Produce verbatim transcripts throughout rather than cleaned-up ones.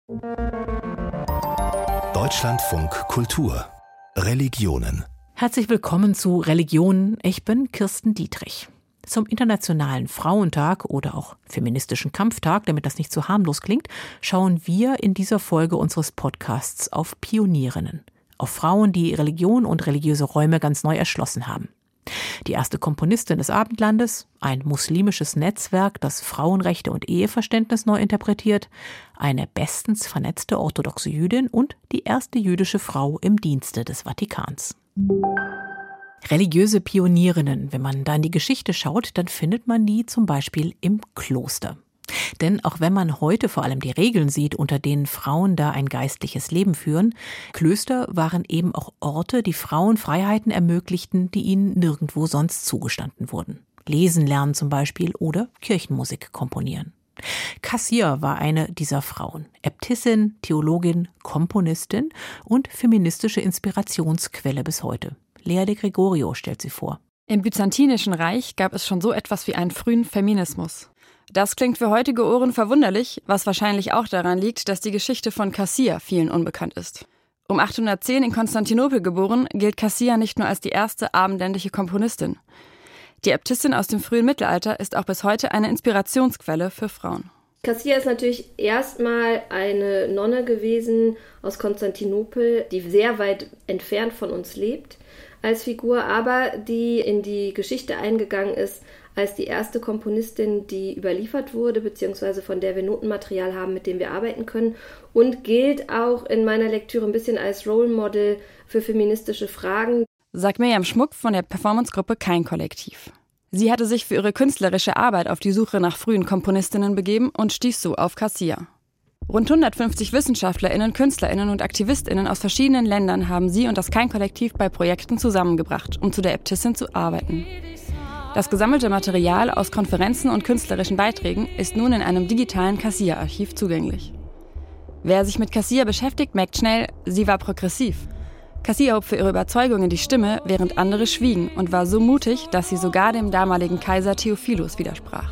Deutschlandfunk Kultur Religionen. Herzlich willkommen zu Religionen. Ich bin Kirsten Dietrich. Zum Internationalen Frauentag oder auch Feministischen Kampftag, damit das nicht zu harmlos klingt, schauen wir in dieser Folge unseres Podcasts auf Pionierinnen, auf Frauen, die Religion und religiöse Räume ganz neu erschlossen haben. Die erste Komponistin des Abendlandes, ein muslimisches Netzwerk, das Frauenrechte und Eheverständnis neu interpretiert, eine bestens vernetzte orthodoxe Jüdin und die erste jüdische Frau im Dienste des Vatikans. Religiöse Pionierinnen, wenn man da in die Geschichte schaut, dann findet man die zum Beispiel im Kloster. Denn auch wenn man heute vor allem die Regeln sieht, unter denen Frauen da ein geistliches Leben führen, Klöster waren eben auch Orte, die Frauen Freiheiten ermöglichten, die ihnen nirgendwo sonst zugestanden wurden. Lesen lernen zum Beispiel oder Kirchenmusik komponieren. Kassiya war eine dieser Frauen. Äbtissin, Theologin, Komponistin und feministische Inspirationsquelle bis heute. Lea de Gregorio stellt sie vor. Im Byzantinischen Reich gab es schon so etwas wie einen frühen Feminismus. Das klingt für heutige Ohren verwunderlich, was wahrscheinlich auch daran liegt, dass die Geschichte von Kassiya vielen unbekannt ist. Um achthundertzehn in Konstantinopel geboren, gilt Kassiya nicht nur als die erste abendländische Komponistin. Die Äbtissin aus dem frühen Mittelalter ist auch bis heute eine Inspirationsquelle für Frauen. Kassiya ist natürlich erstmal eine Nonne gewesen aus Konstantinopel, die sehr weit entfernt von uns lebt als Figur, aber die in die Geschichte eingegangen ist als die erste Komponistin, die überliefert wurde, beziehungsweise von der wir Notenmaterial haben, mit dem wir arbeiten können, und gilt auch in meiner Lektüre ein bisschen als Role Model für feministische Fragen. Sagt Mirjam Schmuck von der Performancegruppe Kein Kollektiv. Sie hatte sich für ihre künstlerische Arbeit auf die Suche nach frühen Komponistinnen begeben und stieß so auf Kassiya. Rund hundertfünfzig WissenschaftlerInnen, KünstlerInnen und AktivistInnen aus verschiedenen Ländern haben sie und das Kein Kollektiv bei Projekten zusammengebracht, um zu der Äbtissin zu arbeiten. Das gesammelte Material aus Konferenzen und künstlerischen Beiträgen ist nun in einem digitalen Kassiya-Archiv zugänglich. Wer sich mit Kassiya beschäftigt, merkt schnell, sie war progressiv. Kassiya hob für ihre Überzeugungen die Stimme, während andere schwiegen, und war so mutig, dass sie sogar dem damaligen Kaiser Theophilus widersprach.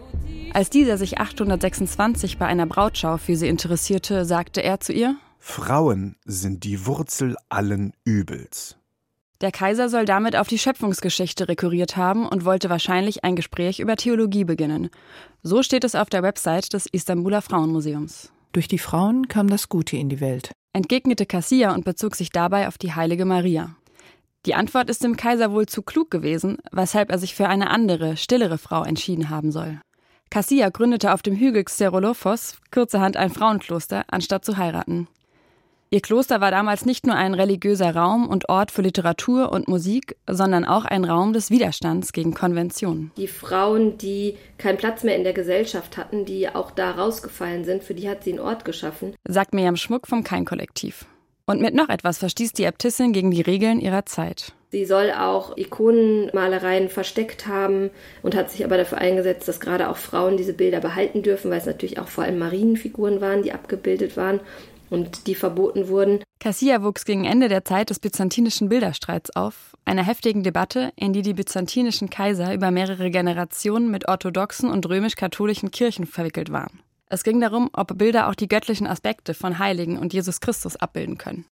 Als dieser sich achthundertsechsundzwanzig bei einer Brautschau für sie interessierte, sagte er zu ihr: Frauen sind die Wurzel allen Übels. Der Kaiser soll damit auf die Schöpfungsgeschichte rekurriert haben und wollte wahrscheinlich ein Gespräch über Theologie beginnen. So steht es auf der Website des Istanbuler Frauenmuseums. Durch die Frauen kam das Gute in die Welt, entgegnete Kassiya und bezog sich dabei auf die heilige Maria. Die Antwort ist dem Kaiser wohl zu klug gewesen, weshalb er sich für eine andere, stillere Frau entschieden haben soll. Kassiya gründete auf dem Hügel Xerolophos kurzerhand ein Frauenkloster, anstatt zu heiraten. Ihr Kloster war damals nicht nur ein religiöser Raum und Ort für Literatur und Musik, sondern auch ein Raum des Widerstands gegen Konventionen. Die Frauen, die keinen Platz mehr in der Gesellschaft hatten, die auch da rausgefallen sind, für die hat sie einen Ort geschaffen. Sagt Mirjam Schmuck vom Kein Kollektiv. Und mit noch etwas verstieß die Äbtissin gegen die Regeln ihrer Zeit. Sie soll auch Ikonenmalereien versteckt haben und hat sich aber dafür eingesetzt, dass gerade auch Frauen diese Bilder behalten dürfen, weil es natürlich auch vor allem Marienfiguren waren, die abgebildet waren und die verboten wurden. Kassiya wuchs gegen Ende der Zeit des byzantinischen Bilderstreits auf, einer heftigen Debatte, in die die byzantinischen Kaiser über mehrere Generationen mit orthodoxen und römisch-katholischen Kirchen verwickelt waren. Es ging darum, ob Bilder auch die göttlichen Aspekte von Heiligen und Jesus Christus abbilden können.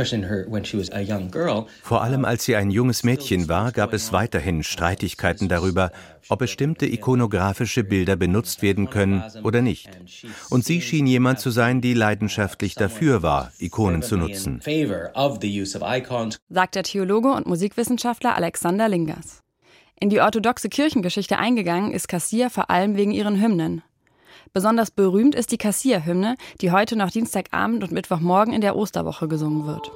Vor allem als sie ein junges Mädchen war, gab es weiterhin Streitigkeiten darüber, ob bestimmte ikonografische Bilder benutzt werden können oder nicht. Und sie schien jemand zu sein, die leidenschaftlich dafür war, Ikonen zu nutzen, sagt der Theologe und Musikwissenschaftler Alexander Lingas. In die orthodoxe Kirchengeschichte eingegangen ist Kassiya vor allem wegen ihren Hymnen. Besonders berühmt ist die Kassiya-Hymne, die heute noch Dienstagabend und Mittwochmorgen in der Osterwoche gesungen wird.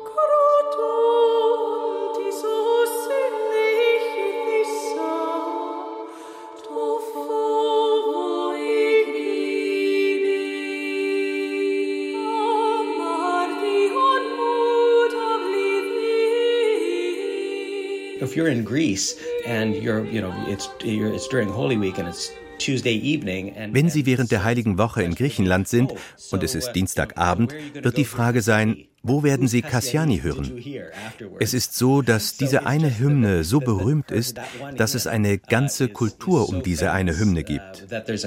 If you're in Greece and you're, you know, it's you're, it's during Holy Week and it's Wenn Sie während der Heiligen Woche in Griechenland sind und es ist Dienstagabend, wird die Frage sein, wo werden Sie Kassiani hören? Es ist so, dass diese eine Hymne so berühmt ist, dass es eine ganze Kultur um diese eine Hymne gibt.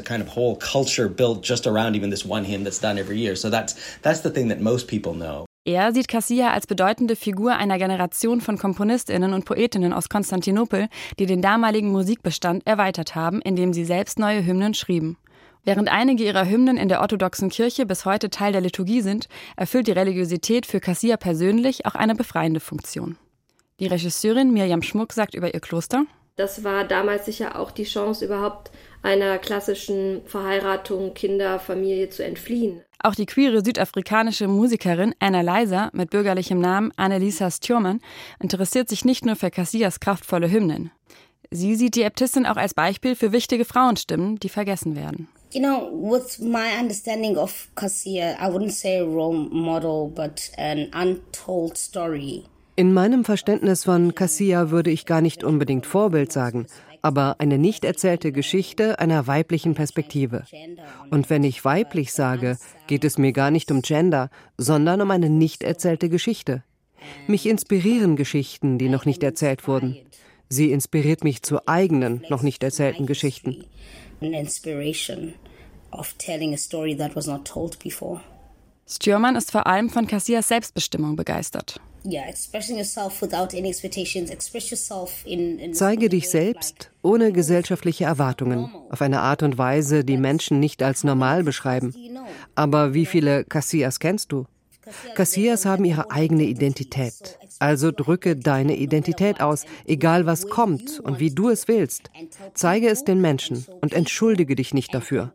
Er sieht Cassia als bedeutende Figur einer Generation von KomponistInnen und Poetinnen aus Konstantinopel, die den damaligen Musikbestand erweitert haben, indem sie selbst neue Hymnen schrieben. Während einige ihrer Hymnen in der orthodoxen Kirche bis heute Teil der Liturgie sind, erfüllt die Religiosität für Cassia persönlich auch eine befreiende Funktion. Die Regisseurin Mirjam Schmuck sagt über ihr Kloster: Das war damals sicher auch die Chance, überhaupt einer klassischen Verheiratung, Kinder, Familie zu entfliehen. Auch die queere südafrikanische Musikerin Anna Liza mit bürgerlichem Namen Annelisa Stjorman interessiert sich nicht nur für Cassias kraftvolle Hymnen. Sie sieht die Äbtissin auch als Beispiel für wichtige Frauenstimmen, die vergessen werden. You know, with my understanding of Cassia, I wouldn't say a role model, but an untold story. In meinem Verständnis von Cassia würde ich gar nicht unbedingt Vorbild sagen, aber eine nicht erzählte Geschichte einer weiblichen Perspektive. Und wenn ich weiblich sage, geht es mir gar nicht um Gender, sondern um eine nicht erzählte Geschichte. Mich inspirieren Geschichten, die noch nicht erzählt wurden. Sie inspiriert mich zu eigenen, noch nicht erzählten Geschichten. Stjorman ist vor allem von Cassias Selbstbestimmung begeistert. Zeige dich selbst ohne gesellschaftliche Erwartungen, auf eine Art und Weise, die Menschen nicht als normal beschreiben. Aber wie viele Cassias kennst du? Cassias haben ihre eigene Identität. Also drücke deine Identität aus, egal was kommt und wie du es willst. Zeige es den Menschen und entschuldige dich nicht dafür.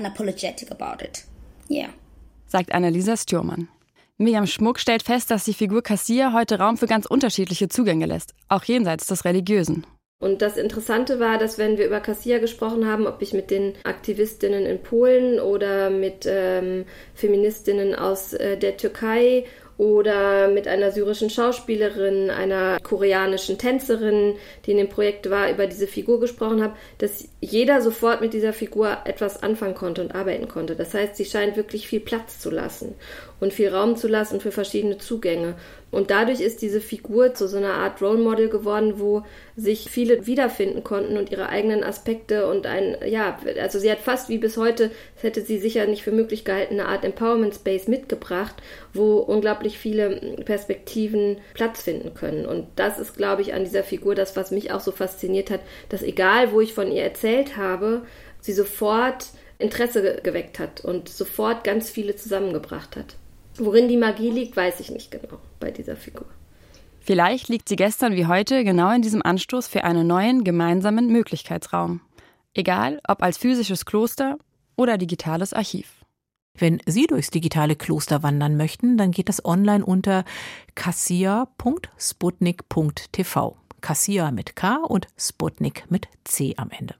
Sagt Annelisa Stjorman. Mirjam Schmuck stellt fest, dass die Figur Cassia heute Raum für ganz unterschiedliche Zugänge lässt, auch jenseits des Religiösen. Und das Interessante war, dass wenn wir über Cassia gesprochen haben, ob ich mit den Aktivistinnen in Polen oder mit ähm, Feministinnen aus äh, der Türkei oder mit einer syrischen Schauspielerin, einer koreanischen Tänzerin, die in dem Projekt war, über diese Figur gesprochen habe, dass jeder sofort mit dieser Figur etwas anfangen konnte und arbeiten konnte. Das heißt, sie scheint wirklich viel Platz zu lassen und viel Raum zu lassen für verschiedene Zugänge. Und dadurch ist diese Figur zu so einer Art Role Model geworden, wo sich viele wiederfinden konnten und ihre eigenen Aspekte und ein, ja, also sie hat fast wie bis heute, das hätte sie sicher nicht für möglich gehalten, eine Art Empowerment Space mitgebracht, wo unglaublich viele Perspektiven Platz finden können. Und das ist, glaube ich, an dieser Figur das, was mich auch so fasziniert hat, dass egal, wo ich von ihr erzählt habe, sie sofort Interesse geweckt hat und sofort ganz viele zusammengebracht hat. Worin die Magie liegt, weiß ich nicht genau bei dieser Figur. Vielleicht liegt sie gestern wie heute genau in diesem Anstoß für einen neuen gemeinsamen Möglichkeitsraum. Egal, ob als physisches Kloster oder digitales Archiv. Wenn Sie durchs digitale Kloster wandern möchten, dann geht das online unter cassia punkt sputnik punkt t v. Cassia mit K und Sputnik mit C am Ende.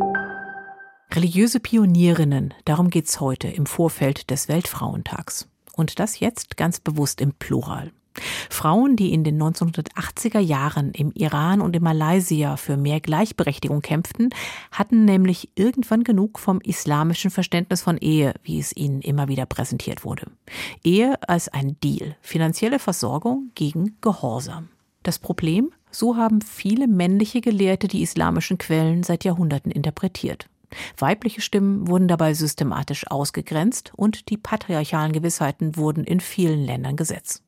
Religiöse Pionierinnen, darum geht's heute im Vorfeld des Weltfrauentags. Und das jetzt ganz bewusst im Plural. Frauen, die in den neunzehnhundertachtziger Jahren im Iran und in Malaysia für mehr Gleichberechtigung kämpften, hatten nämlich irgendwann genug vom islamischen Verständnis von Ehe, wie es ihnen immer wieder präsentiert wurde. Ehe als ein Deal, finanzielle Versorgung gegen Gehorsam. Das Problem? So haben viele männliche Gelehrte die islamischen Quellen seit Jahrhunderten interpretiert. Weibliche Stimmen wurden dabei systematisch ausgegrenzt und die patriarchalen Gewissheiten wurden in vielen Ländern Gesetz.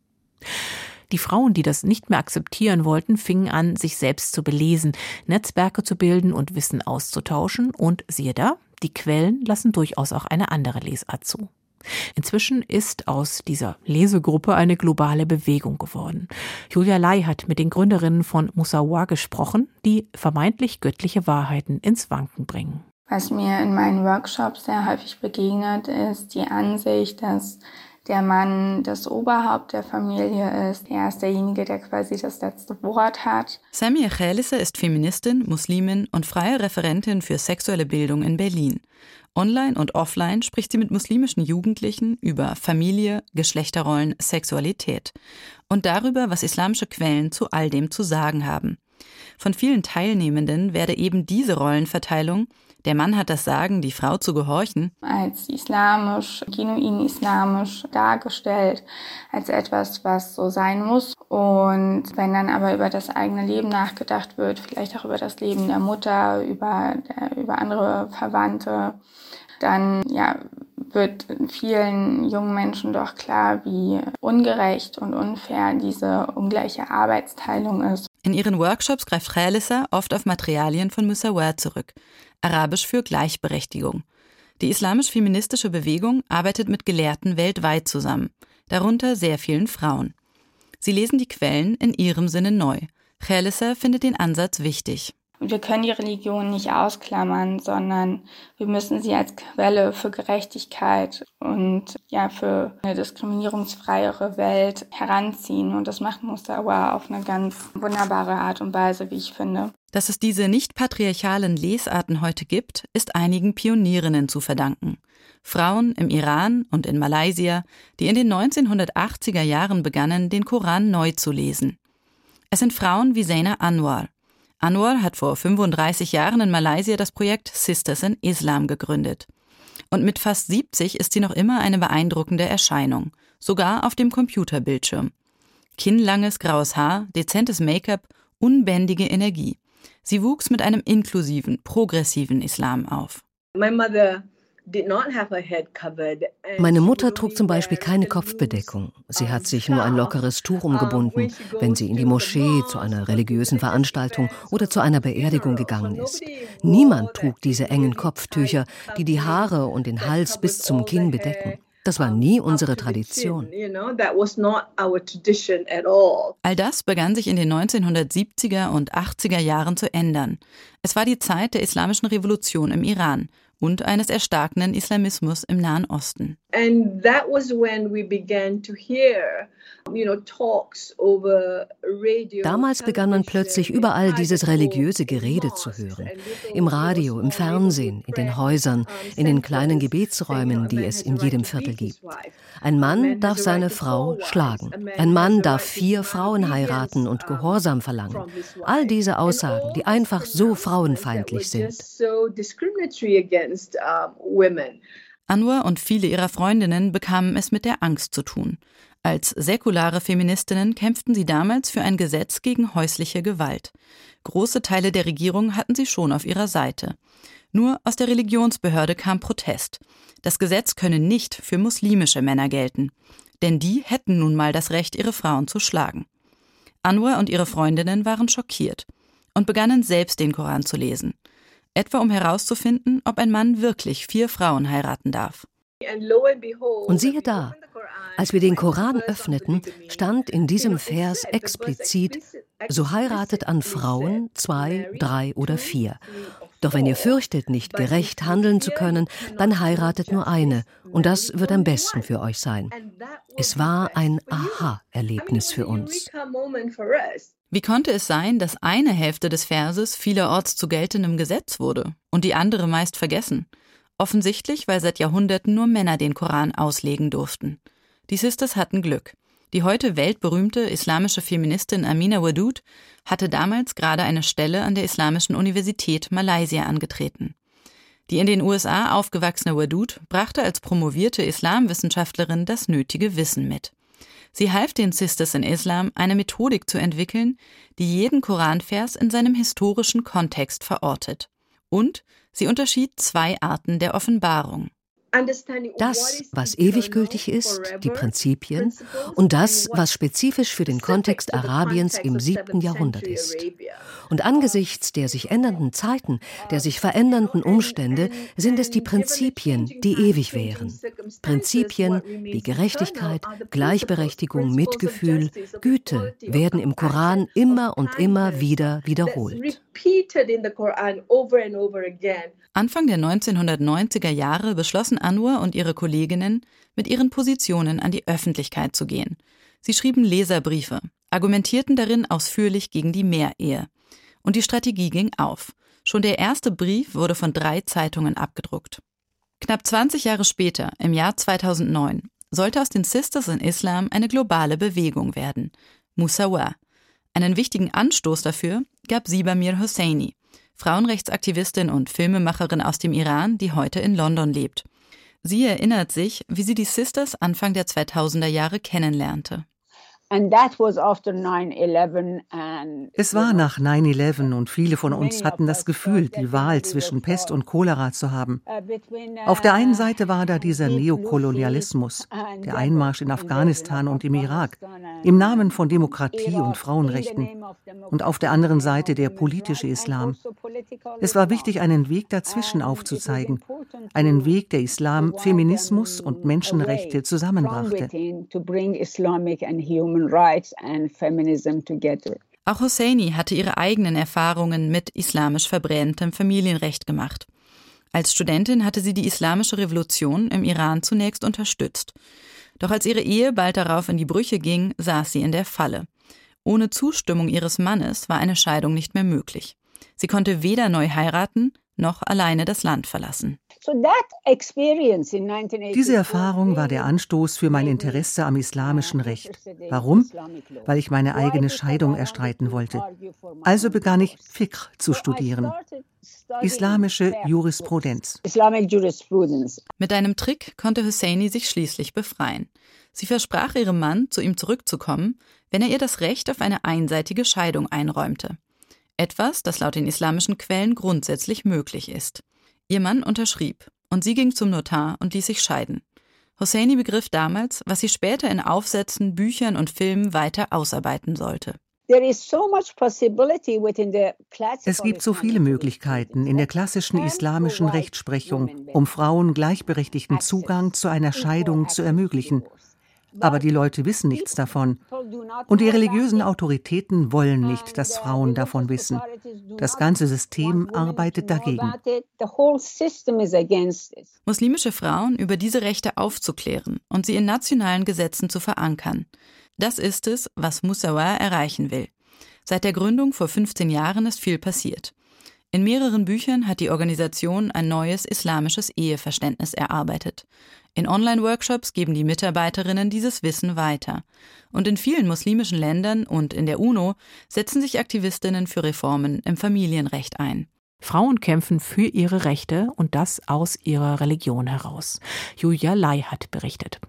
Die Frauen, die das nicht mehr akzeptieren wollten, fingen an, sich selbst zu belesen, Netzwerke zu bilden und Wissen auszutauschen und siehe da, die Quellen lassen durchaus auch eine andere Lesart zu. Inzwischen ist aus dieser Lesegruppe eine globale Bewegung geworden. Julia Lai hat mit den Gründerinnen von Musawa gesprochen, die vermeintlich göttliche Wahrheiten ins Wanken bringen. Was mir in meinen Workshops sehr häufig begegnet, ist die Ansicht, dass der Mann das Oberhaupt der Familie ist. Er ist derjenige, der quasi das letzte Wort hat. Samia Khalisa ist Feministin, Muslimin und freie Referentin für sexuelle Bildung in Berlin. Online und offline spricht sie mit muslimischen Jugendlichen über Familie, Geschlechterrollen, Sexualität und darüber, was islamische Quellen zu all dem zu sagen haben. Von vielen Teilnehmenden werde eben diese Rollenverteilung, Der Mann hat das Sagen, die Frau zu gehorchen, als islamisch, genuin islamisch dargestellt, als etwas, was so sein muss. Und wenn dann aber über das eigene Leben nachgedacht wird, vielleicht auch über das Leben der Mutter, über, über andere Verwandte, dann ja, wird vielen jungen Menschen doch klar, wie ungerecht und unfair diese ungleiche Arbeitsteilung ist. In ihren Workshops greift Khalisa oft auf Materialien von Musawa zurück, arabisch für Gleichberechtigung. Die islamisch-feministische Bewegung arbeitet mit Gelehrten weltweit zusammen, darunter sehr vielen Frauen. Sie lesen die Quellen in ihrem Sinne neu. Khalisa findet den Ansatz wichtig. Wir können die Religion nicht ausklammern, sondern wir müssen sie als Quelle für Gerechtigkeit und ja für eine diskriminierungsfreiere Welt heranziehen. Und das macht Musawa auf eine ganz wunderbare Art und Weise, wie ich finde. Dass es diese nicht patriarchalen Lesarten heute gibt, ist einigen Pionierinnen zu verdanken. Frauen im Iran und in Malaysia, die in den neunzehnhundertachtziger Jahren begannen, den Koran neu zu lesen. Es sind Frauen wie Zaina Anwar. Anwar hat vor fünfunddreißig Jahren in Malaysia das Projekt Sisters in Islam gegründet. Und mit fast siebzig ist sie noch immer eine beeindruckende Erscheinung, sogar auf dem Computerbildschirm. Kinnlanges graues Haar, dezentes Make-up, unbändige Energie. Sie wuchs mit einem inklusiven, progressiven Islam auf. Meine Mutter trug zum Beispiel keine Kopfbedeckung. Sie hat sich nur ein lockeres Tuch umgebunden, wenn sie in die Moschee, zu einer religiösen Veranstaltung oder zu einer Beerdigung gegangen ist. Niemand trug diese engen Kopftücher, die die Haare und den Hals bis zum Kinn bedecken. Das war nie unsere Tradition. All das begann sich in den neunzehnhundertsiebziger und achtziger Jahren zu ändern. Es war die Zeit der islamischen Revolution im Iran und eines erstarkenden Islamismus im Nahen Osten. And that was when we began to hear, you know, talks over radio. Damals begann man plötzlich überall dieses religiöse Gerede zu hören. Im Radio, im Fernsehen, in den Häusern, in den kleinen Gebetsräumen, die es in jedem Viertel gibt. Ein Mann darf seine Frau schlagen. Ein Mann darf vier Frauen heiraten und Gehorsam verlangen. All diese Aussagen, die einfach so frauenfeindlich sind. Anwar und viele ihrer Freundinnen bekamen es mit der Angst zu tun. Als säkulare Feministinnen kämpften sie damals für ein Gesetz gegen häusliche Gewalt. Große Teile der Regierung hatten sie schon auf ihrer Seite. Nur aus der Religionsbehörde kam Protest. Das Gesetz könne nicht für muslimische Männer gelten. Denn die hätten nun mal das Recht, ihre Frauen zu schlagen. Anwar und ihre Freundinnen waren schockiert und begannen selbst den Koran zu lesen. Etwa um herauszufinden, ob ein Mann wirklich vier Frauen heiraten darf. Und siehe da, als wir den Koran öffneten, stand in diesem Vers explizit, so heiratet an Frauen zwei, drei oder vier. Doch wenn ihr fürchtet, nicht gerecht handeln zu können, dann heiratet nur eine, und das wird am besten für euch sein. Es war ein Aha-Erlebnis für uns. Wie konnte es sein, dass eine Hälfte des Verses vielerorts zu geltendem Gesetz wurde und die andere meist vergessen? Offensichtlich, weil seit Jahrhunderten nur Männer den Koran auslegen durften. Die Sisters hatten Glück. Die heute weltberühmte islamische Feministin Amina Wadud hatte damals gerade eine Stelle an der Islamischen Universität Malaysia angetreten. Die in den U S A aufgewachsene Wadud brachte als promovierte Islamwissenschaftlerin das nötige Wissen mit. Sie half den Sisters in Islam, eine Methodik zu entwickeln, die jeden Koranvers in seinem historischen Kontext verortet. Und sie unterschied zwei Arten der Offenbarung. Das, was ewig gültig ist, die Prinzipien, und das, was spezifisch für den Kontext Arabiens im siebten Jahrhundert ist. Und angesichts der sich ändernden Zeiten, der sich verändernden Umstände, sind es die Prinzipien, die ewig wären. Prinzipien wie Gerechtigkeit, Gleichberechtigung, Mitgefühl, Güte werden im Koran immer und immer wieder wiederholt. Anfang der neunzehnhundertneunziger Jahre beschlossen Anwar und ihre Kolleginnen, mit ihren Positionen an die Öffentlichkeit zu gehen. Sie schrieben Leserbriefe, argumentierten darin ausführlich gegen die Mehrehe. Und die Strategie ging auf. Schon der erste Brief wurde von drei Zeitungen abgedruckt. Knapp zwanzig Jahre später, im Jahr zweitausendneun, sollte aus den Sisters in Islam eine globale Bewegung werden. Musawa. Einen wichtigen Anstoß dafür gab Sibamir Hosseini. Frauenrechtsaktivistin und Filmemacherin aus dem Iran, die heute in London lebt. Sie erinnert sich, wie sie die Sisters Anfang der zweitausender Jahre kennenlernte. Es war nach neun elf und viele von uns hatten das Gefühl, die Wahl zwischen Pest und Cholera zu haben. Auf der einen Seite war da dieser Neokolonialismus, der Einmarsch in Afghanistan und im Irak, im Namen von Demokratie und Frauenrechten. Und auf der anderen Seite der politische Islam. Es war wichtig, einen Weg dazwischen aufzuzeigen, einen Weg, der Islam, Feminismus und Menschenrechte zusammenbrachte. Auch Hosseini hatte ihre eigenen Erfahrungen mit islamisch verbrämtem Familienrecht gemacht. Als Studentin hatte sie die islamische Revolution im Iran zunächst unterstützt. Doch als ihre Ehe bald darauf in die Brüche ging, saß sie in der Falle. Ohne Zustimmung ihres Mannes war eine Scheidung nicht mehr möglich. Sie konnte weder neu heiraten, noch alleine das Land verlassen. Diese Erfahrung war der Anstoß für mein Interesse am islamischen Recht. Warum? Weil ich meine eigene Scheidung erstreiten wollte. Also begann ich Fiqh zu studieren. Islamische Jurisprudenz. Mit einem Trick konnte Hosseini sich schließlich befreien. Sie versprach ihrem Mann, zu ihm zurückzukommen, wenn er ihr das Recht auf eine einseitige Scheidung einräumte. Etwas, das laut den islamischen Quellen grundsätzlich möglich ist. Ihr Mann unterschrieb und sie ging zum Notar und ließ sich scheiden. Hosseini begriff damals, was sie später in Aufsätzen, Büchern und Filmen weiter ausarbeiten sollte. Es gibt so viele Möglichkeiten in der klassischen islamischen Rechtsprechung, um Frauen gleichberechtigten Zugang zu einer Scheidung zu ermöglichen. Aber die Leute wissen nichts davon. Und die religiösen Autoritäten wollen nicht, dass Frauen davon wissen. Das ganze System arbeitet dagegen. Muslimische Frauen über diese Rechte aufzuklären und sie in nationalen Gesetzen zu verankern. Das ist es, was Musawa erreichen will. Seit der Gründung vor fünfzehn Jahren ist viel passiert. In mehreren Büchern hat die Organisation ein neues islamisches Eheverständnis erarbeitet. In Online-Workshops geben die Mitarbeiterinnen dieses Wissen weiter. Und in vielen muslimischen Ländern und in der UNO setzen sich Aktivistinnen für Reformen im Familienrecht ein. Frauen kämpfen für ihre Rechte und das aus ihrer Religion heraus. Julia Lai hat berichtet.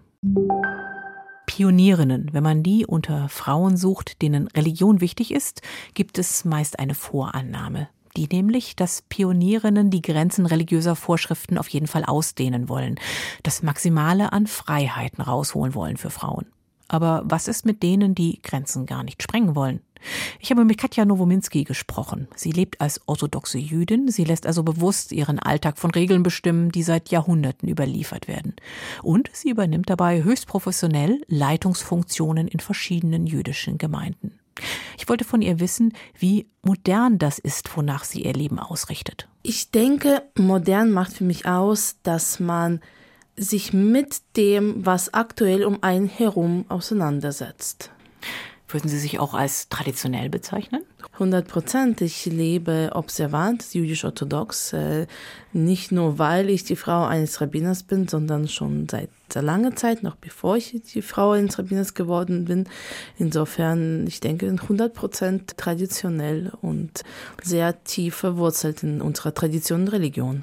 Pionierinnen, wenn man die unter Frauen sucht, denen Religion wichtig ist, gibt es meist eine Vorannahme. Die nämlich, dass Pionierinnen die Grenzen religiöser Vorschriften auf jeden Fall ausdehnen wollen, das Maximale an Freiheiten rausholen wollen für Frauen. Aber was ist mit denen, die Grenzen gar nicht sprengen wollen? Ich habe mit Katja Nowominski gesprochen. Sie lebt als orthodoxe Jüdin. Sie lässt also bewusst ihren Alltag von Regeln bestimmen, die seit Jahrhunderten überliefert werden. Und sie übernimmt dabei höchst professionell Leitungsfunktionen in verschiedenen jüdischen Gemeinden. Ich wollte von ihr wissen, wie modern das ist, wonach sie ihr Leben ausrichtet. Ich denke, modern macht für mich aus, dass man sich mit dem, was aktuell um einen herum auseinandersetzt. Würden Sie sich auch als traditionell bezeichnen? hundert Prozent. Ich lebe observant, jüdisch-orthodox. Äh, nicht nur, weil ich die Frau eines Rabbiners bin, sondern schon seit sehr langer Zeit, noch bevor ich die Frau eines Rabbiners geworden bin. Insofern, ich denke, hundert Prozent traditionell und sehr tief verwurzelt in unserer Tradition und Religion.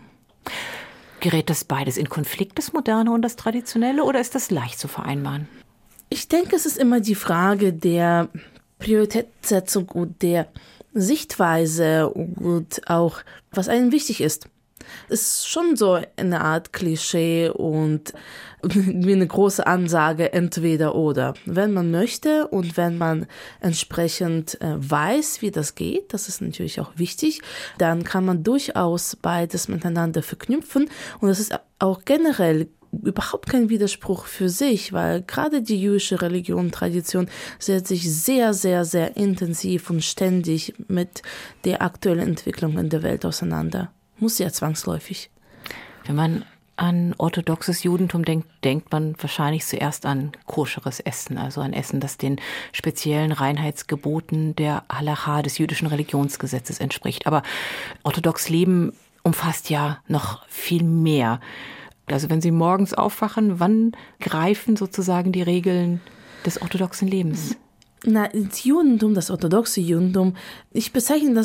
Gerät das beides in Konflikt, das Moderne und das Traditionelle, oder ist das leicht zu vereinbaren? Ich denke, es ist immer die Frage der Prioritätssetzung und der Sichtweise und auch, was einem wichtig ist. Es ist schon so eine Art Klischee und wie eine große Ansage, entweder oder. Wenn man möchte und wenn man entsprechend äh, weiß, wie das geht, das ist natürlich auch wichtig, dann kann man durchaus beides miteinander verknüpfen. Und das ist auch generell überhaupt kein Widerspruch für sich, weil gerade die jüdische Religion und Tradition setzt sich sehr, sehr, sehr intensiv und ständig mit der aktuellen Entwicklung in der Welt auseinander. Muss ja zwangsläufig. Wenn man an orthodoxes Judentum denkt, denkt man wahrscheinlich zuerst an koscheres Essen, also ein Essen, das den speziellen Reinheitsgeboten der Halacha des jüdischen Religionsgesetzes entspricht. Aber orthodox Leben umfasst ja noch viel mehr. Also wenn Sie morgens aufwachen, wann greifen sozusagen die Regeln des orthodoxen Lebens? Na, das Judentum, das orthodoxe Judentum, ich bezeichne das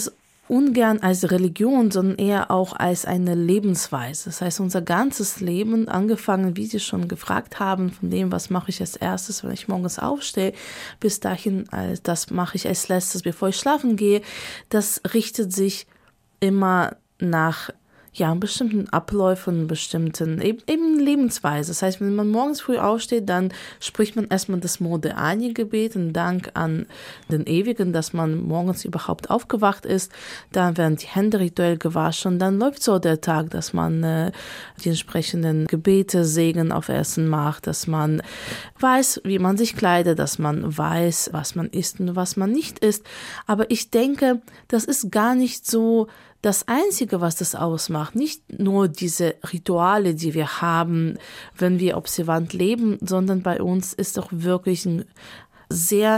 ungern als Religion, sondern eher auch als eine Lebensweise. Das heißt, unser ganzes Leben, angefangen, wie Sie schon gefragt haben, von dem, was mache ich als erstes, wenn ich morgens aufstehe, bis dahin, das mache ich als letztes, bevor ich schlafen gehe, das richtet sich immer nach ja, bestimmten Abläufen, bestimmten eben, eben Lebensweise. Das heißt, wenn man morgens früh aufsteht, dann spricht man erstmal das Modeh-Ani-Gebet, einen Dank an den Ewigen, dass man morgens überhaupt aufgewacht ist. Dann werden die Hände rituell gewaschen. Dann läuft so der Tag, dass man äh, die entsprechenden Gebete, Segen auf Essen macht, dass man weiß, wie man sich kleidet, dass man weiß, was man isst und was man nicht isst. Aber ich denke, das ist gar nicht so das Einzige, was das ausmacht, nicht nur diese Rituale, die wir haben, wenn wir observant leben, sondern bei uns ist auch wirklich ein sehr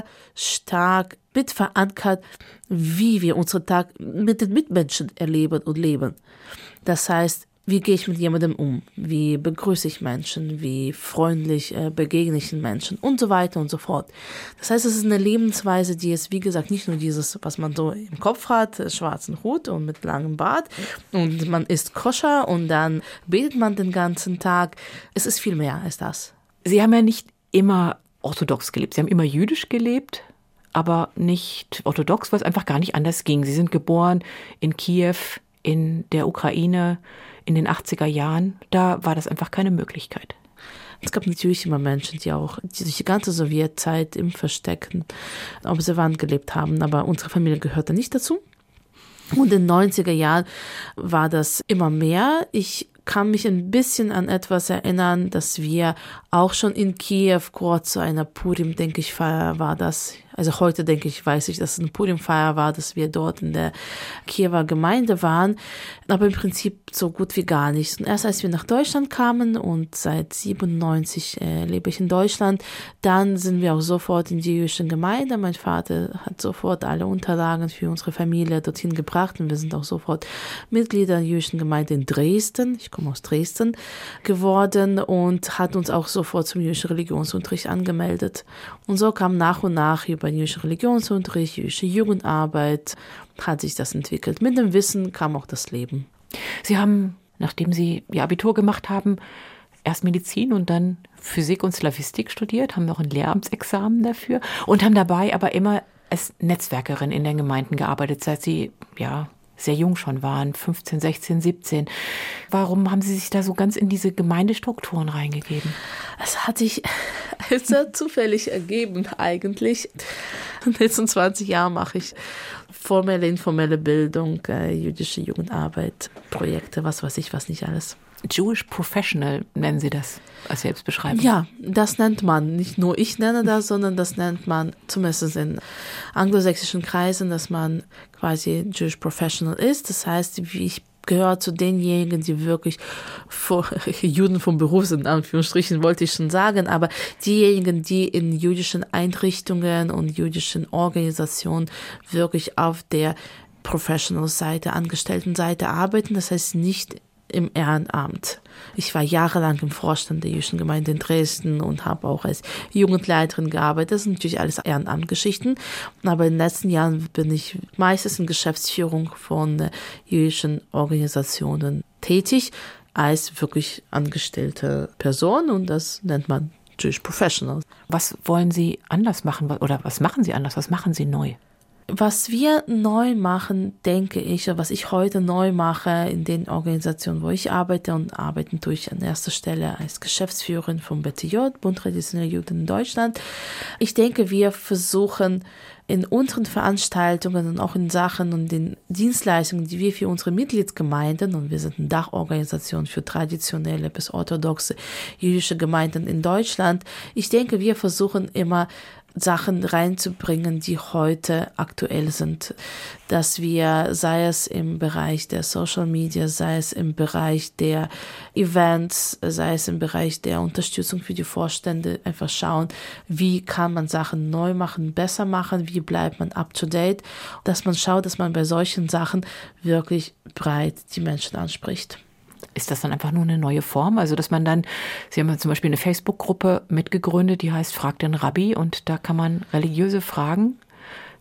stark mit verankert, wie wir unseren Tag mit den Mitmenschen erleben und leben. Das heißt, wie gehe ich mit jemandem um? Wie begrüße ich Menschen? Wie freundlich äh, begegne ich den Menschen? Und so weiter und so fort. Das heißt, es ist eine Lebensweise, die ist, wie gesagt, nicht nur dieses, was man so im Kopf hat, schwarzen Hut und mit langem Bart und man isst koscher und dann betet man den ganzen Tag. Es ist viel mehr als das. Sie haben ja nicht immer orthodox gelebt. Sie haben immer jüdisch gelebt, aber nicht orthodox, weil es einfach gar nicht anders ging. Sie sind geboren in Kiew, in der Ukraine, in den achtziger Jahren, da war das einfach keine Möglichkeit. Es gab natürlich immer Menschen, die auch die durch die ganze Sowjetzeit im Versteckten observant gelebt haben, aber unsere Familie gehörte nicht dazu. Und in den neunziger Jahren war das immer mehr. Ich kann mich ein bisschen an etwas erinnern, dass wir auch schon in Kiew kurz zu einer Purim, denke ich, Feier war das. Also heute denke ich, weiß ich, dass es eine Purim-Feier war, dass wir dort in der Kiewer Gemeinde waren. Aber im Prinzip so gut wie gar nichts. Und erst als wir nach Deutschland kamen und seit siebenundneunzig äh, lebe ich in Deutschland, dann sind wir auch sofort in die jüdische Gemeinde. Mein Vater hat sofort alle Unterlagen für unsere Familie dorthin gebracht und wir sind auch sofort Mitglieder der jüdischen Gemeinde in Dresden. Ich komme aus Dresden geworden und hat uns auch sofort zum jüdischen Religionsunterricht angemeldet. Und so kam nach und nach über den jüdischen Religionsunterricht, jüdische Jugendarbeit, hat sich das entwickelt. Mit dem Wissen kam auch das Leben. Sie haben, nachdem Sie Ihr Abitur gemacht haben, erst Medizin und dann Physik und Slawistik studiert, haben noch ein Lehramtsexamen dafür und haben dabei aber immer als Netzwerkerin in den Gemeinden gearbeitet, seit Sie, ja, sehr jung schon waren, fünfzehn, sechzehn, siebzehn. Warum haben Sie sich da so ganz in diese Gemeindestrukturen reingegeben? Es hat sich sehr zufällig ergeben eigentlich. In den zwanzig Jahren mache ich formelle, informelle Bildung, äh, jüdische Jugendarbeit, Projekte, was weiß ich, was nicht alles. Jewish Professional nennen Sie das als Selbstbeschreibung? Ja, das nennt man. Nicht nur ich nenne das, sondern das nennt man zumindest in anglosächsischen Kreisen, dass man quasi Jewish Professional ist. Das heißt, wie ich gehöre zu denjenigen, die wirklich vor, Juden vom Beruf sind, in Anführungsstrichen wollte ich schon sagen, aber diejenigen, die in jüdischen Einrichtungen und jüdischen Organisationen wirklich auf der Professional-Seite, Angestellten-Seite arbeiten. Das heißt nicht im Ehrenamt. Ich war jahrelang im Vorstand der jüdischen Gemeinde in Dresden und habe auch als Jugendleiterin gearbeitet. Das sind natürlich alles Ehrenamtgeschichten. Aber in den letzten Jahren bin ich meistens in Geschäftsführung von jüdischen Organisationen tätig, als wirklich angestellte Person und das nennt man Jewish Professional. Was wollen Sie anders machen oder was machen Sie anders? Was machen Sie neu? Was wir neu machen, denke ich, was ich heute neu mache in den Organisationen, wo ich arbeite und arbeiten tue ich an erster Stelle als Geschäftsführerin vom B T J, Bund Traditioneller Juden in Deutschland. Ich denke, wir versuchen in unseren Veranstaltungen und auch in Sachen und den Dienstleistungen, die wir für unsere Mitgliedsgemeinden, und wir sind eine Dachorganisation für traditionelle bis orthodoxe jüdische Gemeinden in Deutschland, ich denke, wir versuchen immer Sachen reinzubringen, die heute aktuell sind, dass wir, sei es im Bereich der Social Media, sei es im Bereich der Events, sei es im Bereich der Unterstützung für die Vorstände, einfach schauen, wie kann man Sachen neu machen, besser machen, wie bleibt man up to date, dass man schaut, dass man bei solchen Sachen wirklich breit die Menschen anspricht. Ist das dann einfach nur eine neue Form? Also, dass man dann, Sie haben ja zum Beispiel eine Facebook-Gruppe mitgegründet, die heißt Frag den Rabbi und da kann man religiöse Fragen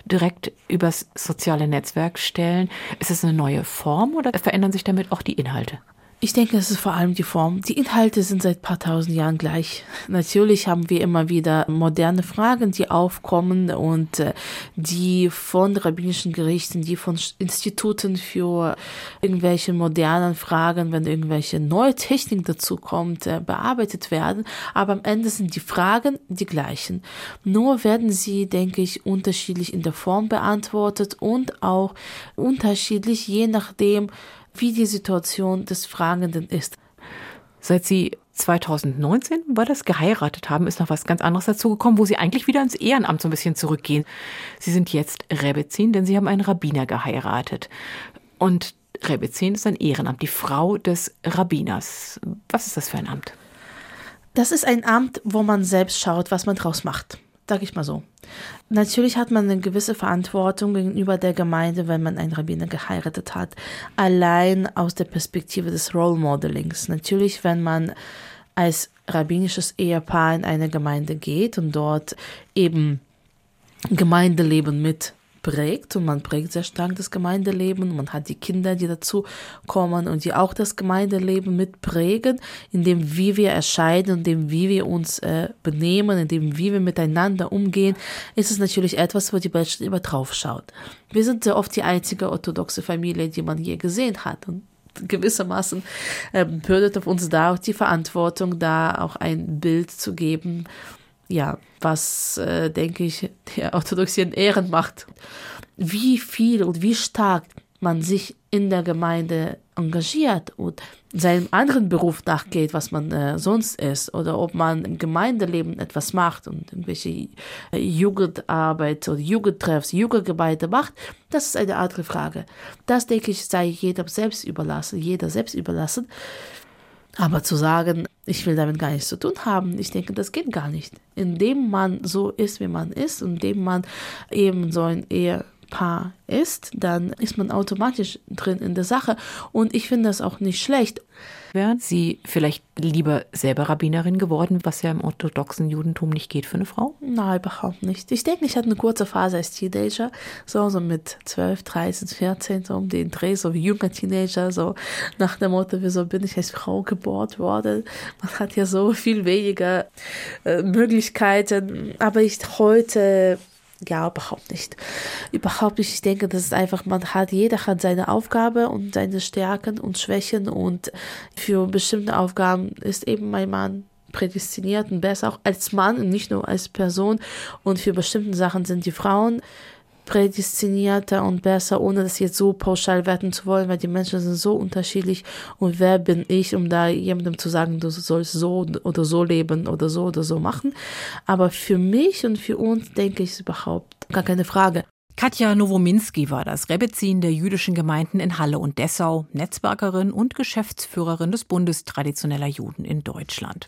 direkt übers soziale Netzwerk stellen. Ist es eine neue Form oder verändern sich damit auch die Inhalte? Ich denke, es ist vor allem die Form. Die Inhalte sind seit ein paar tausend Jahren gleich. Natürlich haben wir immer wieder moderne Fragen, die aufkommen und äh, die von rabbinischen Gerichten, die von Instituten für irgendwelche modernen Fragen, wenn irgendwelche neue Technik dazu kommt, äh, bearbeitet werden. Aber am Ende sind die Fragen die gleichen. Nur werden sie, denke ich, unterschiedlich in der Form beantwortet und auch unterschiedlich, je nachdem, wie die Situation des Fragenden ist. Seit Sie zweitausendneunzehn war das geheiratet haben, ist noch was ganz anderes dazu gekommen, wo Sie eigentlich wieder ins Ehrenamt so ein bisschen zurückgehen. Sie sind jetzt Rebbezin, denn Sie haben einen Rabbiner geheiratet. Und Rebbezin ist ein Ehrenamt, die Frau des Rabbiners. Was ist das für ein Amt? Das ist ein Amt, wo man selbst schaut, was man draus macht. Sag ich mal so. Natürlich hat man eine gewisse Verantwortung gegenüber der Gemeinde, wenn man einen Rabbiner geheiratet hat. Allein aus der Perspektive des Role Modelings. Natürlich, wenn man als rabbinisches Ehepaar in eine Gemeinde geht und dort eben Gemeindeleben mit prägt und man prägt sehr stark das Gemeindeleben. Man hat die Kinder, die dazu kommen und die auch das Gemeindeleben mitprägen, indem wie wir erscheinen, indem wie wir uns äh, benehmen, indem wie wir miteinander umgehen, ist es natürlich etwas, wo die Menschen immer drauf schaut. Wir sind sehr oft die einzige orthodoxe Familie, die man je gesehen hat und gewissermaßen äh, bürdet auf uns da auch die Verantwortung, da auch ein Bild zu geben, ja, was, äh, denke ich, der Orthodoxie in Ehren macht. Wie viel und wie stark man sich in der Gemeinde engagiert und seinem anderen Beruf nachgeht, was man äh, sonst ist, oder ob man im Gemeindeleben etwas macht und irgendwelche äh, Jugendarbeit oder Jugendtreffs, Jugendgemeinde macht, das ist eine andere Frage. Das, denke ich, sei jedem selbst überlassen, jeder selbst überlassen. Aber zu sagen, ich will damit gar nichts zu tun haben, ich denke, das geht gar nicht. Indem man so ist, wie man ist, und indem man eben so ein Ehepaar ist, dann ist man automatisch drin in der Sache. Und ich finde das auch nicht schlecht. Wären Sie vielleicht lieber selber Rabbinerin geworden, was ja im orthodoxen Judentum nicht geht für eine Frau? Nein, überhaupt nicht. Ich denke, ich hatte eine kurze Phase als Teenager, so, so mit zwölf, dreizehn, vierzehn, so um den Dreh, so wie junger Teenager, so nach dem Motto, wieso bin ich als Frau geboren worden? Man hat ja so viel weniger äh, Möglichkeiten, aber ich heute... Ja, überhaupt nicht. Überhaupt nicht. Ich denke, das ist einfach, man hat, jeder hat seine Aufgabe und seine Stärken und Schwächen und für bestimmte Aufgaben ist eben mein Mann prädestiniert und besser auch als Mann und nicht nur als Person, und für bestimmte Sachen sind die Frauen prädestinierter und besser, ohne das jetzt so pauschal werten zu wollen, weil die Menschen sind so unterschiedlich und wer bin ich, um da jemandem zu sagen, du sollst so oder so leben oder so oder so machen. Aber für mich und für uns, denke ich, ist überhaupt gar keine Frage. Katja Nowominski war das, Rebbezin der jüdischen Gemeinden in Halle und Dessau, Netzwerkerin und Geschäftsführerin des Bundes traditioneller Juden in Deutschland.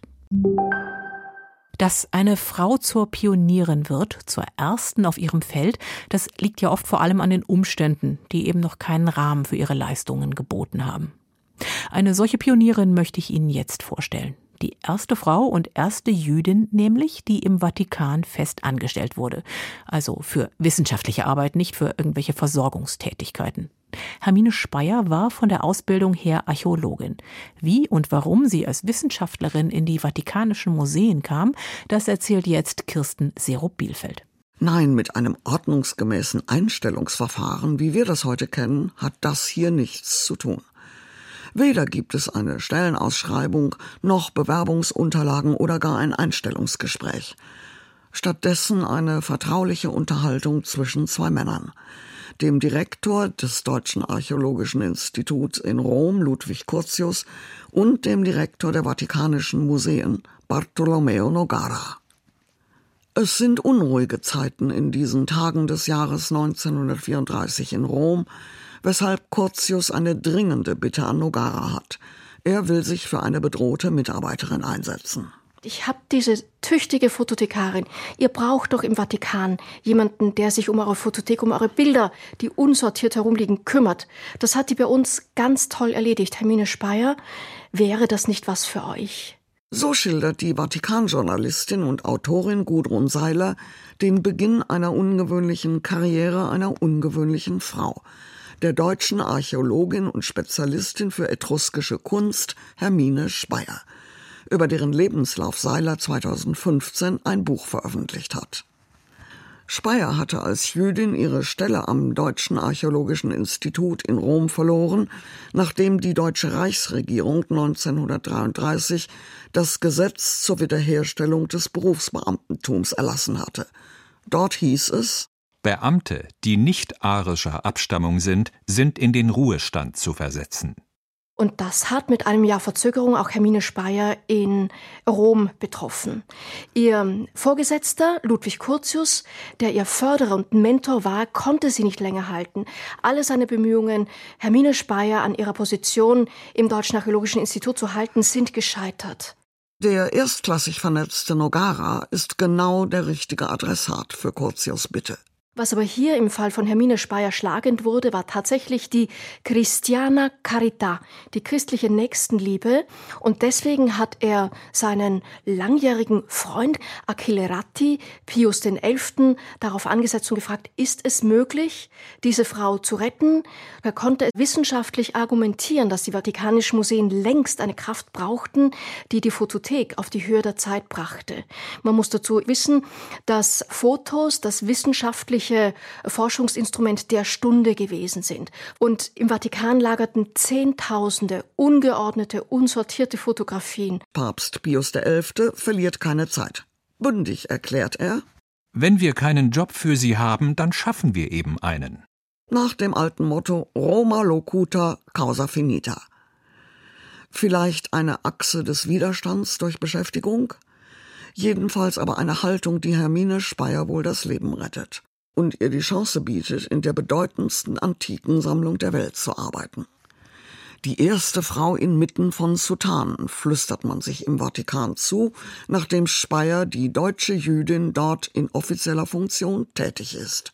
Dass eine Frau zur Pionierin wird, zur ersten auf ihrem Feld, das liegt ja oft vor allem an den Umständen, die eben noch keinen Rahmen für ihre Leistungen geboten haben. Eine solche Pionierin möchte ich Ihnen jetzt vorstellen. Die erste Frau und erste Jüdin nämlich, die im Vatikan fest angestellt wurde. Also für wissenschaftliche Arbeit, nicht für irgendwelche Versorgungstätigkeiten. Hermine Speyer war von der Ausbildung her Archäologin. Wie und warum sie als Wissenschaftlerin in die vatikanischen Museen kam, das erzählt jetzt Kirsten Serup-Bielfeld. Nein, mit einem ordnungsgemäßen Einstellungsverfahren, wie wir das heute kennen, hat das hier nichts zu tun. Weder gibt es eine Stellenausschreibung, noch Bewerbungsunterlagen oder gar ein Einstellungsgespräch. Stattdessen eine vertrauliche Unterhaltung zwischen zwei Männern. Dem Direktor des Deutschen Archäologischen Instituts in Rom, Ludwig Curtius, und dem Direktor der Vatikanischen Museen, Bartolomeo Nogara. Es sind unruhige Zeiten in diesen Tagen des Jahres neunzehnhundertvierunddreißig in Rom, weshalb Curtius eine dringende Bitte an Nogara hat. Er will sich für eine bedrohte Mitarbeiterin einsetzen. Ich habe diese tüchtige Fotothekarin. Ihr braucht doch im Vatikan jemanden, der sich um eure Fotothek, um eure Bilder, die unsortiert herumliegen, kümmert. Das hat die bei uns ganz toll erledigt. Hermine Speyer, wäre das nicht was für euch? So schildert die Vatikan-Journalistin und Autorin Gudrun Seiler den Beginn einer ungewöhnlichen Karriere einer ungewöhnlichen Frau, der deutschen Archäologin und Spezialistin für etruskische Kunst Hermine Speyer, über deren Lebenslauf Seiler zweitausendfünfzehn ein Buch veröffentlicht hat. Speyer hatte als Jüdin ihre Stelle am Deutschen Archäologischen Institut in Rom verloren, nachdem die deutsche Reichsregierung neunzehnhundertdreiunddreißig das Gesetz zur Wiederherstellung des Berufsbeamtentums erlassen hatte. Dort hieß es: Beamte, die nicht arischer Abstammung sind, sind in den Ruhestand zu versetzen. Und das hat mit einem Jahr Verzögerung auch Hermine Speyer in Rom betroffen. Ihr Vorgesetzter, Ludwig Curtius, der ihr Förderer und Mentor war, konnte sie nicht länger halten. Alle seine Bemühungen, Hermine Speyer an ihrer Position im Deutschen Archäologischen Institut zu halten, sind gescheitert. Der erstklassig vernetzte Nogara ist genau der richtige Adressat für Curtius' Bitte. Was aber hier im Fall von Hermine Speyer schlagend wurde, war tatsächlich die Christiana Carità, die christliche Nächstenliebe. Und deswegen hat er seinen langjährigen Freund Achille Ratti, Pius den Elften, darauf angesetzt und gefragt, ist es möglich, diese Frau zu retten? Er konnte wissenschaftlich argumentieren, dass die Vatikanischen Museen längst eine Kraft brauchten, die die Fotothek auf die Höhe der Zeit brachte. Man muss dazu wissen, dass Fotos das wissenschaftliche Forschungsinstrument der Stunde gewesen sind. Und im Vatikan lagerten Zehntausende ungeordnete, unsortierte Fotografien. Papst Pius der Elfte verliert keine Zeit. Bündig erklärt er: Wenn wir keinen Job für Sie haben, dann schaffen wir eben einen. Nach dem alten Motto Roma locuta, causa finita. Vielleicht eine Achse des Widerstands durch Beschäftigung? Jedenfalls aber eine Haltung, die Hermine Speyer wohl das Leben rettet und ihr die Chance bietet, in der bedeutendsten Antikensammlung der Welt zu arbeiten. Die erste Frau inmitten von Sutanen, flüstert man sich im Vatikan zu, nachdem Speyer, die deutsche Jüdin, dort in offizieller Funktion tätig ist.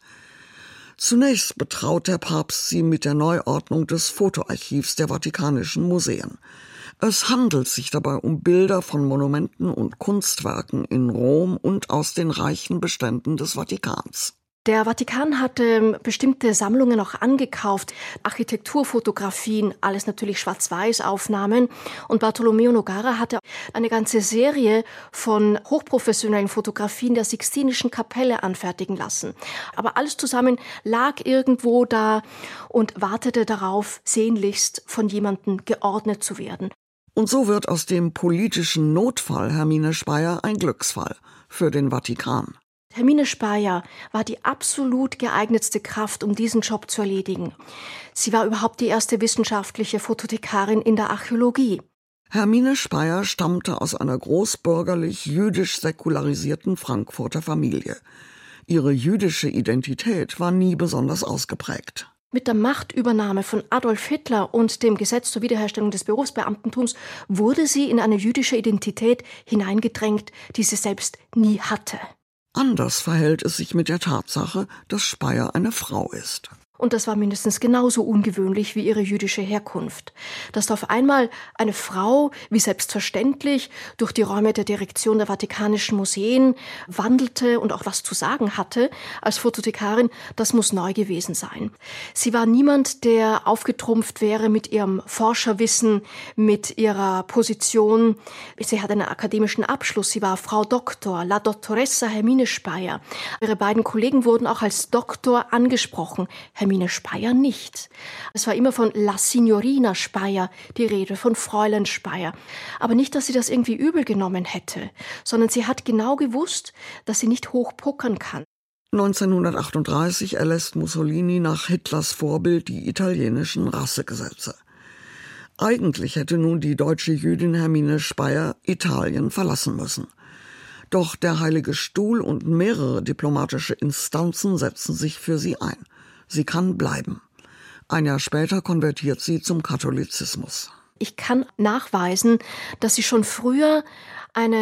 Zunächst betraut der Papst sie mit der Neuordnung des Fotoarchivs der Vatikanischen Museen. Es handelt sich dabei um Bilder von Monumenten und Kunstwerken in Rom und aus den reichen Beständen des Vatikans. Der Vatikan hatte bestimmte Sammlungen auch angekauft, Architekturfotografien, alles natürlich Schwarz-Weiß-Aufnahmen. Und Bartolomeo Nogara hatte eine ganze Serie von hochprofessionellen Fotografien der Sixtinischen Kapelle anfertigen lassen. Aber alles zusammen lag irgendwo da und wartete darauf, sehnlichst von jemandem geordnet zu werden. Und so wird aus dem politischen Notfall Hermine Speyer ein Glücksfall für den Vatikan. Hermine Speyer war die absolut geeignetste Kraft, um diesen Job zu erledigen. Sie war überhaupt die erste wissenschaftliche Fotothekarin in der Archäologie. Hermine Speyer stammte aus einer großbürgerlich-jüdisch säkularisierten Frankfurter Familie. Ihre jüdische Identität war nie besonders ausgeprägt. Mit der Machtübernahme von Adolf Hitler und dem Gesetz zur Wiederherstellung des Berufsbeamtentums wurde sie in eine jüdische Identität hineingedrängt, die sie selbst nie hatte. Anders verhält es sich mit der Tatsache, dass Speyer eine Frau ist. Und das war mindestens genauso ungewöhnlich wie ihre jüdische Herkunft. Dass auf einmal eine Frau, wie selbstverständlich, durch die Räume der Direktion der Vatikanischen Museen wandelte und auch was zu sagen hatte als Fotothekarin, das muss neu gewesen sein. Sie war niemand, der aufgetrumpft wäre mit ihrem Forscherwissen, mit ihrer Position. Sie hatte einen akademischen Abschluss. Sie war Frau Doktor, La Dottoressa Hermine Speyer. Ihre beiden Kollegen wurden auch als Doktor angesprochen. Hermine Speyer nicht. Es war immer von La Signorina Speyer die Rede, von Fräulein Speyer. Aber nicht, dass sie das irgendwie übel genommen hätte, sondern sie hat genau gewusst, dass sie nicht hochpokern kann. neunzehnhundertachtunddreißig erlässt Mussolini nach Hitlers Vorbild die italienischen Rassegesetze. Eigentlich hätte nun die deutsche Jüdin Hermine Speyer Italien verlassen müssen. Doch der Heilige Stuhl und mehrere diplomatische Instanzen setzen sich für sie ein. Sie kann bleiben. Ein Jahr später konvertiert sie zum Katholizismus. Ich kann nachweisen, dass sie schon früher eine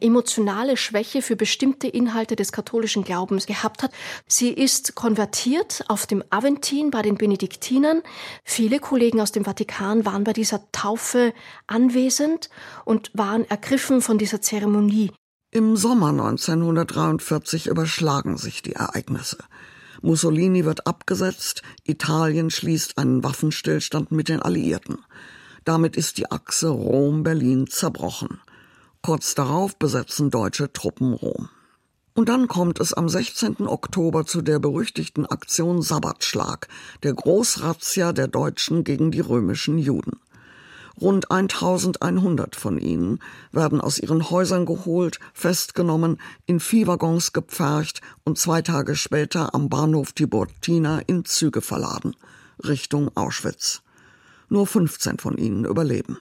emotionale Schwäche für bestimmte Inhalte des katholischen Glaubens gehabt hat. Sie ist konvertiert auf dem Aventin bei den Benediktinern. Viele Kollegen aus dem Vatikan waren bei dieser Taufe anwesend und waren ergriffen von dieser Zeremonie. Im Sommer neunzehnhundertdreiundvierzig überschlagen sich die Ereignisse. Mussolini wird abgesetzt, Italien schließt einen Waffenstillstand mit den Alliierten. Damit ist die Achse Rom-Berlin zerbrochen. Kurz darauf besetzen deutsche Truppen Rom. Und dann kommt es am sechzehnten Oktober zu der berüchtigten Aktion Sabbatschlag, der Großrazzia der Deutschen gegen die römischen Juden. Rund eintausendeinhundert von ihnen werden aus ihren Häusern geholt, festgenommen, in Viehwaggons gepfercht und zwei Tage später am Bahnhof Tiburtina in Züge verladen, Richtung Auschwitz. Nur fünfzehn von ihnen überleben.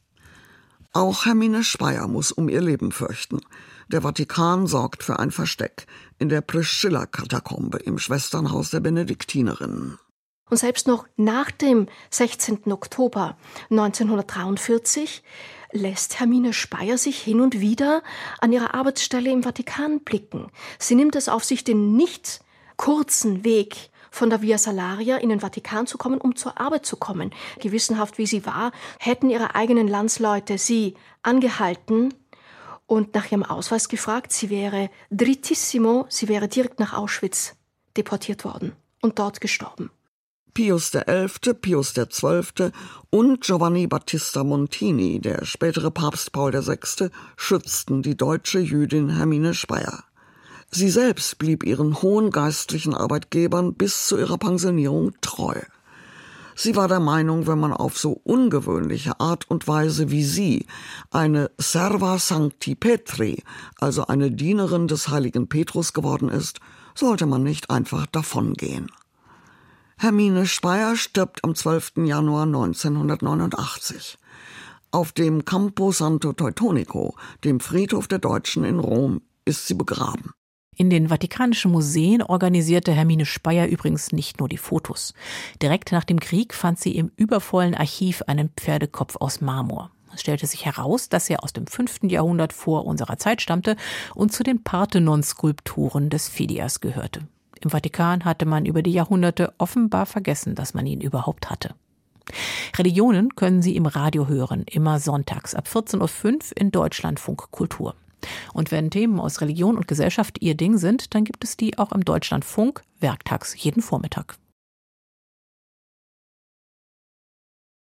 Auch Hermine Speyer muss um ihr Leben fürchten. Der Vatikan sorgt für ein Versteck in der Priscilla-Katakombe im Schwesternhaus der Benediktinerinnen. Und selbst noch nach dem sechzehnten Oktober neunzehnhundertdreiundvierzig lässt Hermine Speyer sich hin und wieder an ihrer Arbeitsstelle im Vatikan blicken. Sie nimmt es auf sich, den nicht kurzen Weg von der Via Salaria in den Vatikan zu kommen, um zur Arbeit zu kommen. Gewissenhaft wie sie war, hätten ihre eigenen Landsleute sie angehalten und nach ihrem Ausweis gefragt. Sie wäre drittissimo, sie wäre direkt nach Auschwitz deportiert worden und dort gestorben. Pius der Elfte, Pius der Zwölfte und Giovanni Battista Montini, der spätere Papst Paul der Sechste, schützten die deutsche Jüdin Hermine Speyer. Sie selbst blieb ihren hohen geistlichen Arbeitgebern bis zu ihrer Pensionierung treu. Sie war der Meinung, wenn man auf so ungewöhnliche Art und Weise wie sie, eine Serva Sancti Petri, also eine Dienerin des heiligen Petrus geworden ist, sollte man nicht einfach davongehen. Hermine Speyer stirbt am zwölften Januar neunzehnhundertneunundachtzig. Auf dem Campo Santo Teutonico, dem Friedhof der Deutschen in Rom, ist sie begraben. In den Vatikanischen Museen organisierte Hermine Speyer übrigens nicht nur die Fotos. Direkt nach dem Krieg fand sie im übervollen Archiv einen Pferdekopf aus Marmor. Es stellte sich heraus, dass er aus dem fünften Jahrhundert vor unserer Zeit stammte und zu den Parthenon-Skulpturen des Phidias gehörte. Im Vatikan hatte man über die Jahrhunderte offenbar vergessen, dass man ihn überhaupt hatte. Religionen können Sie im Radio hören, immer sonntags ab vierzehn Uhr fünf in Deutschlandfunk Kultur. Und wenn Themen aus Religion und Gesellschaft Ihr Ding sind, dann gibt es die auch im Deutschlandfunk werktags jeden Vormittag.